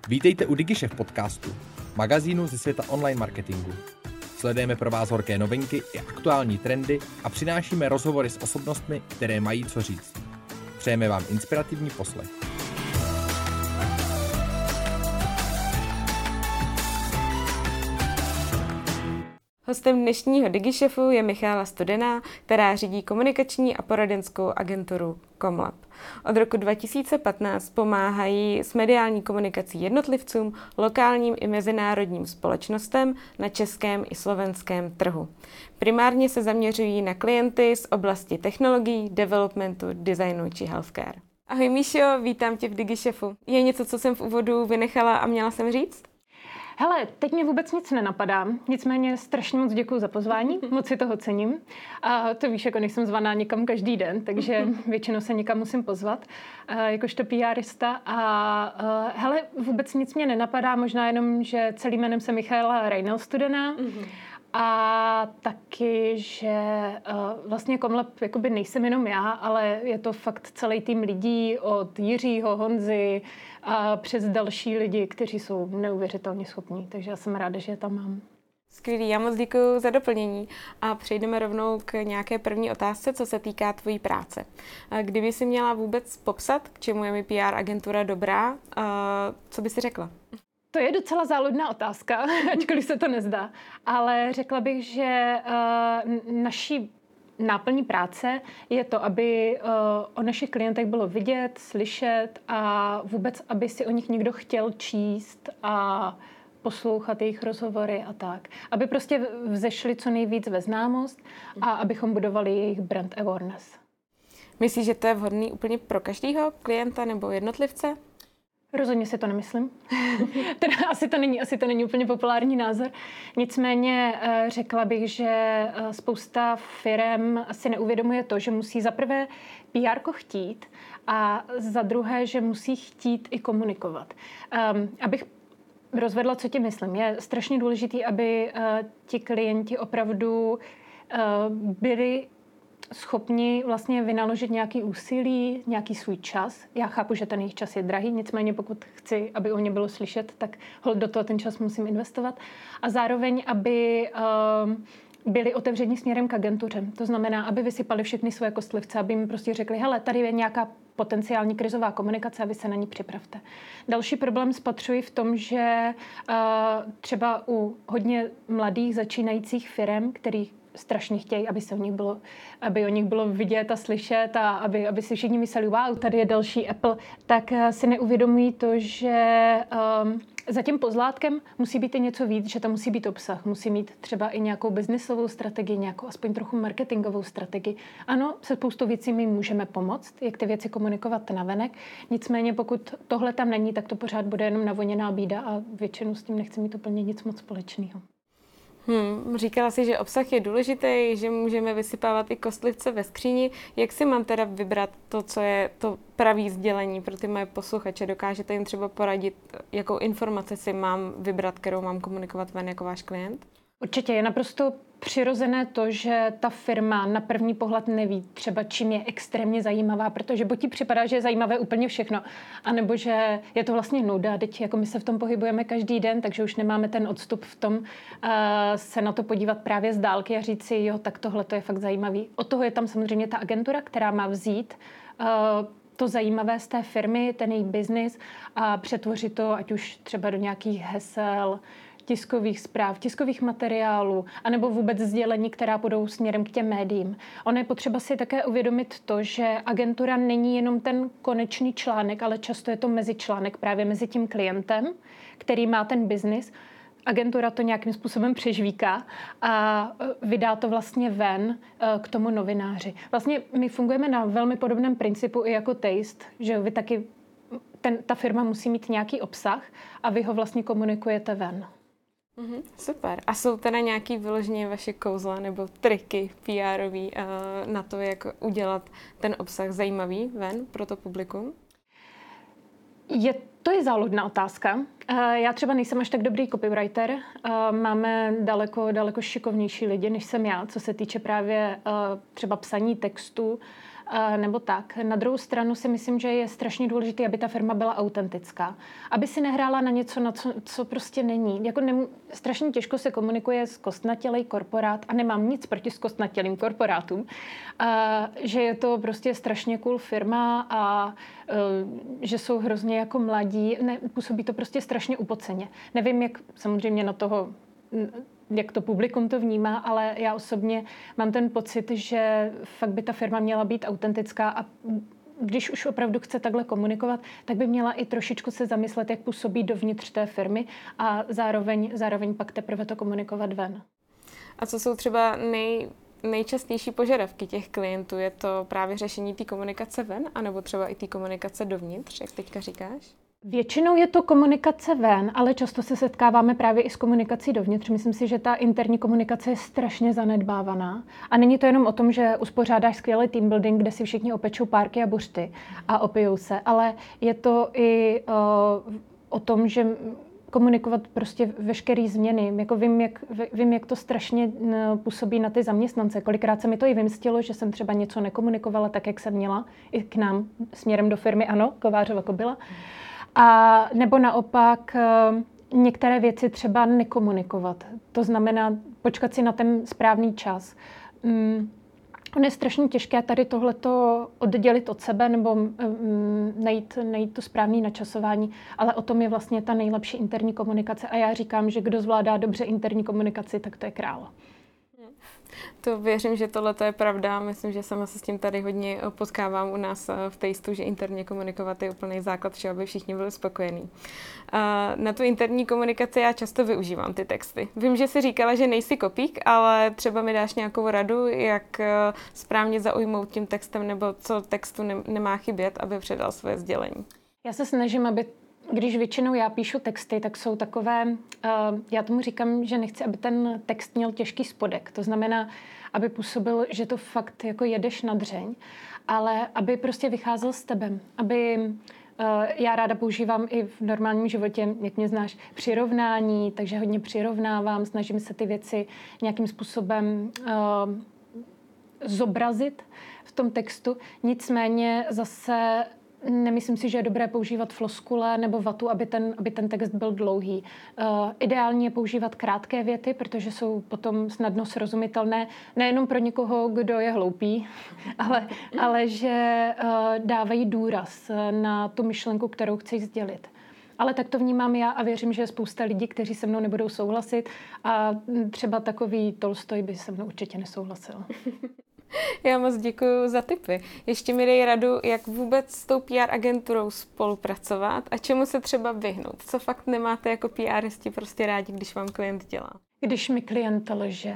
Vítejte u DigiShef podcastu, magazínu ze světa online marketingu. Sledujeme pro vás horké novinky i aktuální trendy a přinášíme rozhovory s osobnostmi, které mají co říct. Přejeme vám inspirativní poslech. Hostem dnešního DigiShefu je Michaela Studená, která řídí komunikační a poradenskou agenturu Comlab. Od roku 2015 pomáhají s mediální komunikací jednotlivcům, lokálním i mezinárodním společnostem na českém i slovenském trhu. Primárně se zaměřují na klienty z oblasti technologií, developmentu, designu či healthcare. Ahoj Míšo, vítám tě v DigiShefu. Je něco, co jsem v úvodu vynechala a měla jsem říct? Hele, teď mě vůbec nic nenapadá, nicméně strašně moc děkuju za pozvání, moc si toho cením. A to víš, jako nejsem zvaná někam každý den, takže většinou se někam musím pozvat, jakožto PRista. A hele, vůbec nic mě nenapadá, možná jenom, že celým jménem jsem Michaela Studená. A taky, že vlastně Comlab jakoby nejsem jenom já, ale je to fakt celý tým lidí od Jiřího, Honzy a přes další lidi, kteří jsou neuvěřitelně schopní. Takže já jsem ráda, že je tam mám. Skvělý, já moc děkuji za doplnění a přejdeme rovnou k nějaké první otázce, co se týká tvojí práce. Kdyby si měla vůbec popsat, k čemu je mi PR agentura dobrá, co by si řekla? To je docela záludná otázka, ačkoliv se to nezdá. Ale řekla bych, že naší náplní práce je to, aby o našich klientech bylo vidět, slyšet a vůbec, aby si o nich někdo chtěl číst a poslouchat jejich rozhovory a tak. Aby prostě vzešli co nejvíc ve známost a abychom budovali jejich brand awareness. Myslíš, že to je vhodný úplně pro každého klienta nebo jednotlivce? Rozhodně si to nemyslím. Teda asi to není úplně populární názor. Nicméně řekla bych, že spousta firem si neuvědomuje to, že musí za prvé PR-ko chtít a za druhé, že musí chtít i komunikovat. Abych rozvedla, co tím myslím. Je strašně důležitý, aby ti klienti opravdu byli schopni vlastně vynaložit nějaký úsilí, nějaký svůj čas. Já chápu, že ten jejich čas je drahý, nicméně pokud chci, aby o mě bylo slyšet, tak do toho ten čas musím investovat. A zároveň, aby byli otevření směrem k agentuře. To znamená, aby vysypali všechny svoje kostlivce, aby jim prostě řekli, hele, tady je nějaká potenciální krizová komunikace a vy se na ní připravte. Další problém spatřuji v tom, že třeba u hodně mladých začínajících firem, kterých strašně chtějí, aby o nich bylo vidět a slyšet a aby si všichni mysleli, wow, tady je další Apple, tak si neuvědomují to, že za tím pozlátkem musí být i něco víc, že tam musí být obsah, musí mít třeba i nějakou biznisovou strategii, nějakou aspoň trochu marketingovou strategii. Ano, se spoustou věcí my můžeme pomoct, jak ty věci komunikovat navenek, nicméně pokud tohle tam není, tak to pořád bude jenom navoněná bída a většinou s tím nechci mít úplně nic moc společného. Říkala jsi, že obsah je důležitý, že můžeme vysypávat i kostlivce ve skříni. Jak si mám teda vybrat to, co je to pravý sdělení pro ty moje posluchače? Dokážete jim třeba poradit, jakou informaci si mám vybrat, kterou mám komunikovat ven jako váš klient? Určitě je naprosto přirozené to, že ta firma na první pohled neví třeba, čím je extrémně zajímavá, protože buď ti připadá, že je zajímavé úplně všechno, anebo že je to vlastně nuda, teď jako my se v tom pohybujeme každý den, takže už nemáme ten odstup v tom se na to podívat právě z dálky a říct si, jo, tak tohle to je fakt zajímavý. Od toho je tam samozřejmě ta agentura, která má vzít to zajímavé z té firmy, ten její biznis a přetvořit to, ať už třeba do nějakých hesel, tiskových zpráv, tiskových materiálů, anebo vůbec sdělení, která půjdou směrem k těm médiím. Ono je potřeba si také uvědomit to, že agentura není jenom ten konečný článek, ale často je to mezičlánek právě mezi tím klientem, který má ten biznis. Agentura to nějakým způsobem přežvíká a vydá to vlastně ven k tomu novináři. Vlastně my fungujeme na velmi podobném principu i jako Taste, že vy taky, ta firma musí mít nějaký obsah a vy ho vlastně komunikujete ven. Super. A jsou teda nějaký vyloženě vaše kouzla nebo triky PR-ový na to, jak udělat ten obsah zajímavý ven pro to publikum? To je záludná otázka. Já třeba nejsem až tak dobrý copywriter. Máme daleko šikovnější lidi, než jsem já, co se týče právě třeba psaní textu nebo tak. Na druhou stranu si myslím, že je strašně důležité, aby ta firma byla autentická. Aby si nehrála na něco, co prostě není. Jako strašně těžko se komunikuje s kostnatělej korporát a nemám nic proti kostnatělým korporátům, že je to prostě strašně cool firma a že jsou hrozně jako mladí. Ne, působí to prostě strašně upoceně. Nevím, jak samozřejmě na toho, jak to publikum to vnímá, ale já osobně mám ten pocit, že fakt by ta firma měla být autentická a když už opravdu chce takhle komunikovat, tak by měla i trošičku se zamyslet, jak působí dovnitř té firmy a zároveň pak teprve to komunikovat ven. A co jsou třeba nejčastější požadavky těch klientů? Je to právě řešení té komunikace ven, anebo třeba i té komunikace dovnitř, jak teďka říkáš? Většinou je to komunikace ven, ale často se setkáváme právě i s komunikací dovnitř. Myslím si, že ta interní komunikace je strašně zanedbávaná. A není to jenom o tom, že uspořádáš skvělý team building, kde si všichni opečou párky a buřty a opijou se, ale je to i o tom, že komunikovat prostě veškeré změny. Jako vím, jak to strašně působí na ty zaměstnance. Kolikrát se mi to i vymstilo, že jsem třeba něco nekomunikovala tak, jak jsem měla, i k nám směrem do firmy, ano, Kovářova Kobyla. A nebo naopak některé věci třeba nekomunikovat. To znamená počkat si na ten správný čas. Ono je strašně těžké tady tohleto oddělit od sebe nebo najít to správné načasování, ale o tom je vlastně ta nejlepší interní komunikace a já říkám, že kdo zvládá dobře interní komunikaci, tak to je král. To věřím, že tohle je pravda. Myslím, že sama se s tím tady hodně potkávám u nás v Tasteu, že interně komunikovat je úplný základ všeho, aby všichni byli spokojení. Na tu interní komunikaci já často využívám ty texty. Vím, že jsi říkala, že nejsi kopík, ale třeba mi dáš nějakou radu, jak správně zaujmout tím textem nebo co textu nemá chybět, aby předal své sdělení. Já se snažím, aby když většinou já píšu texty, tak jsou takové, já tomu říkám, že nechci, aby ten text měl těžký spodek. To znamená, aby působil, že to fakt jako jedeš na dřeň, ale aby prostě vycházel s tebe. Já ráda používám i v normálním životě, jak mě znáš, přirovnání, takže hodně přirovnávám, snažím se ty věci nějakým způsobem zobrazit v tom textu. Nicméně zase nemyslím si, že je dobré používat floskule nebo vatu, aby ten text byl dlouhý. Ideálně je používat krátké věty, protože jsou potom snadno srozumitelné nejenom pro někoho, kdo je hloupý, ale že dávají důraz na tu myšlenku, kterou chceš sdělit. Ale tak to vnímám já a věřím, že je spousta lidí, kteří se mnou nebudou souhlasit a třeba takový Tolstoj by se mnou určitě nesouhlasil. Já moc děkuji za tipy. Ještě mi dej radu, jak vůbec s tou PR agenturou spolupracovat a čemu se třeba vyhnout. Co fakt nemáte jako PRisti prostě rádi, když vám klient dělá? Když mi klient lže.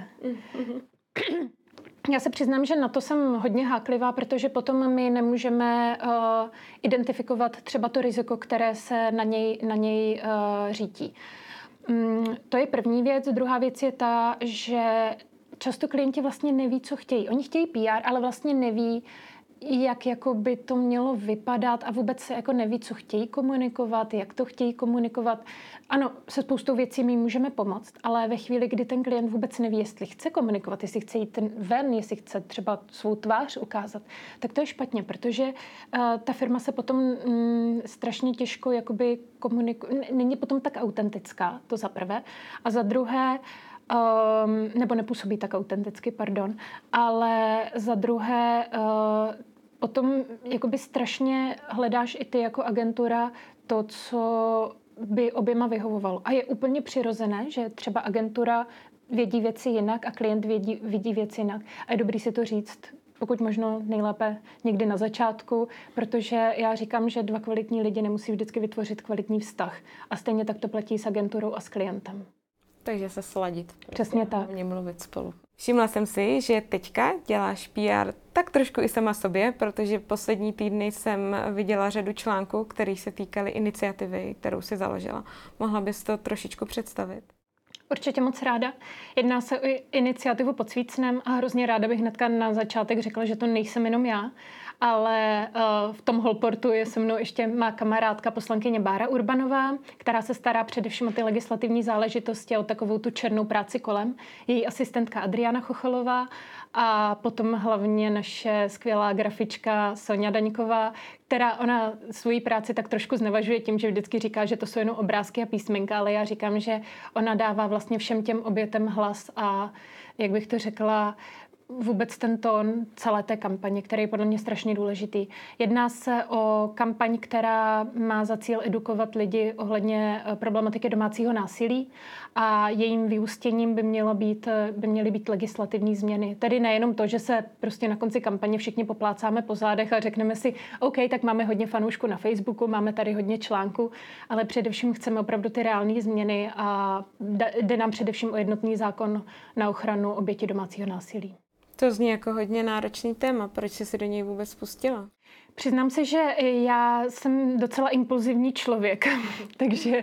Já se přiznám, že na to jsem hodně háklivá, protože potom my nemůžeme identifikovat třeba to riziko, které se na něj řítí. To je první věc. Druhá věc je ta, že často klienti vlastně neví, co chtějí. Oni chtějí PR, ale vlastně neví, jak jako by to mělo vypadat a vůbec se jako neví, co chtějí komunikovat, jak to chtějí komunikovat. Ano, se spoustou věcí my můžeme pomoct, ale ve chvíli, kdy ten klient vůbec neví, jestli chce komunikovat, jestli chce jít ven, jestli chce třeba svou tvář ukázat, tak to je špatně, protože ta firma se potom strašně těžko jakoby není potom tak autentická, to za prvé. A za druhé, nebo nepůsobí tak autenticky, ale za druhé potom jakoby strašně hledáš i ty jako agentura to, co by oběma vyhovovalo. A je úplně přirozené, že třeba agentura vědí věci jinak a klient vidí věci jinak. A je dobrý si to říct, pokud možno nejlépe někdy na začátku, protože já říkám, že dva kvalitní lidi nemusí vždycky vytvořit kvalitní vztah. A stejně tak to platí s agenturou a s klientem. Takže se sladit. Přesně tak. Hlavně mluvit spolu. Všimla jsem si, že teďka děláš PR tak trošku i sama sobě, protože poslední týdny jsem viděla řadu článků, které se týkaly iniciativy, kterou si založila. Mohla bys to trošičku představit? Určitě moc ráda. Jedná se o iniciativu Pod svícnem a hrozně ráda bych hnedka na začátek řekla, že to nejsem jenom já, ale v tom Holportu je se mnou ještě má kamarádka poslankyně Bára Urbanová, která se stará především o ty legislativní záležitosti a o takovou tu černou práci kolem. Její asistentka Adriana Chocholová a potom hlavně naše skvělá grafička Sonja Daňková, která ona svoji práci tak trošku znevažuje tím, že vždycky říká, že to jsou jenom obrázky a písmenka, ale já říkám, že ona dává vlastně všem těm obětem hlas a jak bych to řekla, vůbec ten tón celé té kampaně, který je podle mě strašně důležitý. Jedná se o kampaň, která má za cíl edukovat lidi ohledně problematiky domácího násilí a jejím vyústěním by měly být legislativní změny. Tedy nejenom to, že se prostě na konci kampaně všichni poplácáme po zádech a řekneme si, OK, tak máme hodně fanoušků na Facebooku, máme tady hodně článků, ale především chceme opravdu ty reálné změny a jde nám především o jednotný zákon na ochranu oběti domácího násilí. To zní jako hodně náročný téma. Proč jsi se do něj vůbec pustila? Přiznám se, že já jsem docela impulzivní člověk, takže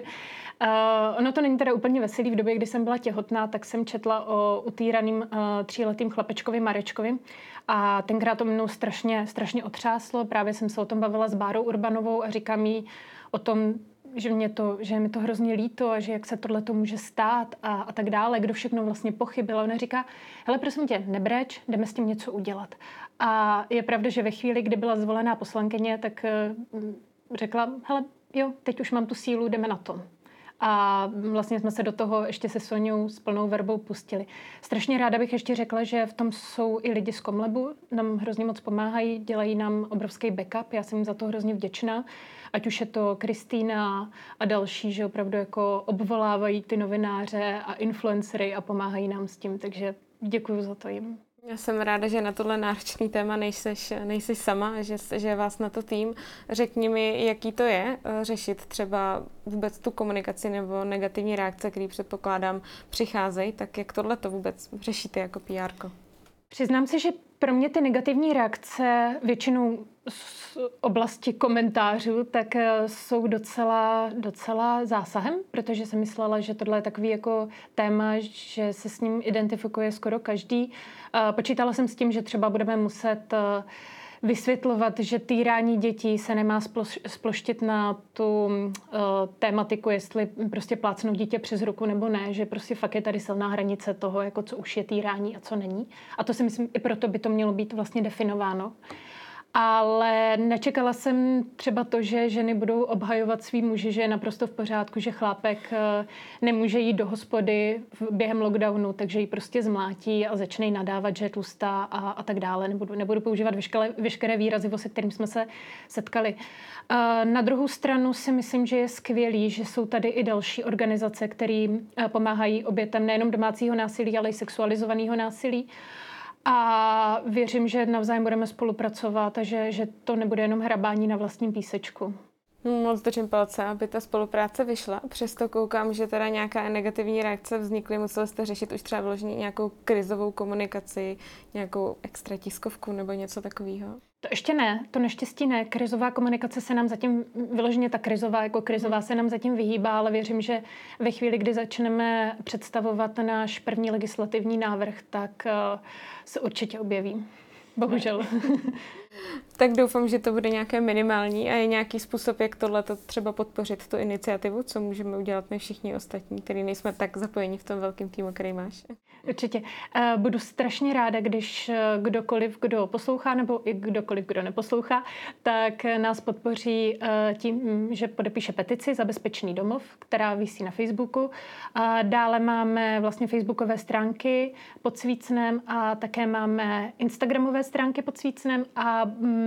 ono to není teda úplně veselý. V době, kdy jsem byla těhotná, tak jsem četla o utýraným 3letým chlapečkovi Marečkovi a tenkrát to mnou strašně otřáslo. Právě jsem se o tom bavila s Bárou Urbanovou a říkám jí o tom, že je mi to hrozně líto a že jak se tohle to může stát a tak dále, kdo všechno vlastně pochybil. A ona říká, hele, prosím tě, nebreč, jdeme s tím něco udělat. A je pravda, že ve chvíli, kdy byla zvolená poslankyně, tak řekla, hele, jo, teď už mám tu sílu, jdeme na to. A vlastně jsme se do toho ještě se Soňou s plnou verbou pustili. Strašně ráda bych ještě řekla, že v tom jsou i lidi z Komlebu, nám hrozně moc pomáhají, dělají nám obrovský backup, já jsem jim za to hrozně vděčná. Ať už je to Kristýna a další, že opravdu jako obvolávají ty novináře a influencery a pomáhají nám s tím, takže děkuju za to jim. Já jsem ráda, že na tohle náročný téma nejseš sama, že je vás na to tým. Řekni mi, jaký to je řešit třeba vůbec tu komunikaci nebo negativní reakce, které předpokládám přicházejí, tak jak tohle to vůbec řešíte jako PR-ko? Přiznám se, že pro mě ty negativní reakce většinou z oblasti komentářů tak jsou docela zásahem, protože jsem myslela, že tohle je takový jako téma, že se s ním identifikuje skoro každý. Počítala jsem s tím, že třeba budeme muset vysvětlovat, že týrání dětí se nemá sploštit na tu tématiku, jestli prostě plácnout dítě přes ruku nebo ne, že prostě fakt je tady silná hranice toho, jako co už je týrání a co není. A to si myslím, i proto by to mělo být vlastně definováno. Ale nečekala jsem třeba to, že ženy budou obhajovat svý muži, že je naprosto v pořádku, že chlápek nemůže jít do hospody během lockdownu, takže ji prostě zmlátí a začne jí nadávat, že je tlustá a tak dále. Nebudu používat veškeré výrazy, se kterým jsme se setkali. Na druhou stranu si myslím, že je skvělý, že jsou tady i další organizace, které pomáhají obětem nejenom domácího násilí, ale i sexualizovaného násilí. A věřím, že navzájem budeme spolupracovat a že to nebude jenom hrabání na vlastním písečku. Moc držím palce, aby ta spolupráce vyšla. Přesto koukám, že teda nějaká negativní reakce vznikly. Museli jste řešit už třeba vložení nějakou krizovou komunikaci, nějakou extra tiskovku nebo něco takového? To ještě ne, to naštěstí ne. Krizová komunikace se nám zatím, vyloženě ta krizová se nám zatím vyhýbá, ale věřím, že ve chvíli, kdy začneme představovat náš první legislativní návrh, tak se určitě objeví. Bohužel. Tak doufám, že to bude nějaké minimální a je nějaký způsob, jak tohleto třeba podpořit tu iniciativu, co můžeme udělat my všichni ostatní, kteří nejsme tak zapojeni v tom velkým týmu, který máš. Určitě. Budu strašně ráda, když kdokoliv, kdo poslouchá, nebo i kdokoliv, kdo neposlouchá, tak nás podpoří tím, že podepíše petici za bezpečný domov, která visí na Facebooku. Dále máme vlastně facebookové stránky pod Svícnem a také máme instagramové stránky pod Svícnem a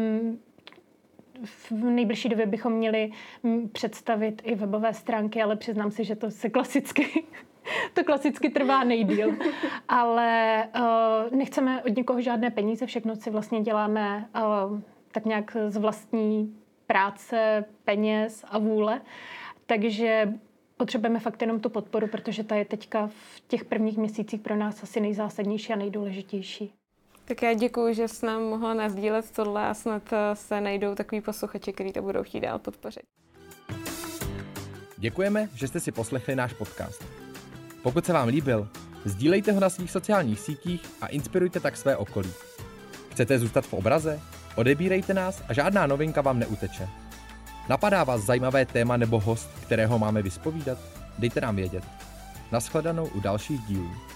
v nejbližší době bychom měli představit i webové stránky, ale přiznám si, že to klasicky trvá nejdýl. Ale nechceme od nikoho žádné peníze, všechno si vlastně děláme tak nějak z vlastní práce, peněz a vůle. Takže potřebujeme fakt jenom tu podporu, protože ta je teďka v těch prvních měsících pro nás asi nejzásadnější a nejdůležitější. Tak já děkuju, že jsi nám mohla nasdílet tohle a snad se najdou takový posluchači, kteří to budou chtít dál podpořit. Děkujeme, že jste si poslechli náš podcast. Pokud se vám líbil, sdílejte ho na svých sociálních sítích a inspirujte tak své okolí. Chcete zůstat v obraze? Odebírejte nás a žádná novinka vám neuteče. Napadá vás zajímavé téma nebo host, kterého máme vyspovídat? Dejte nám vědět. Nashledanou u dalších dílů.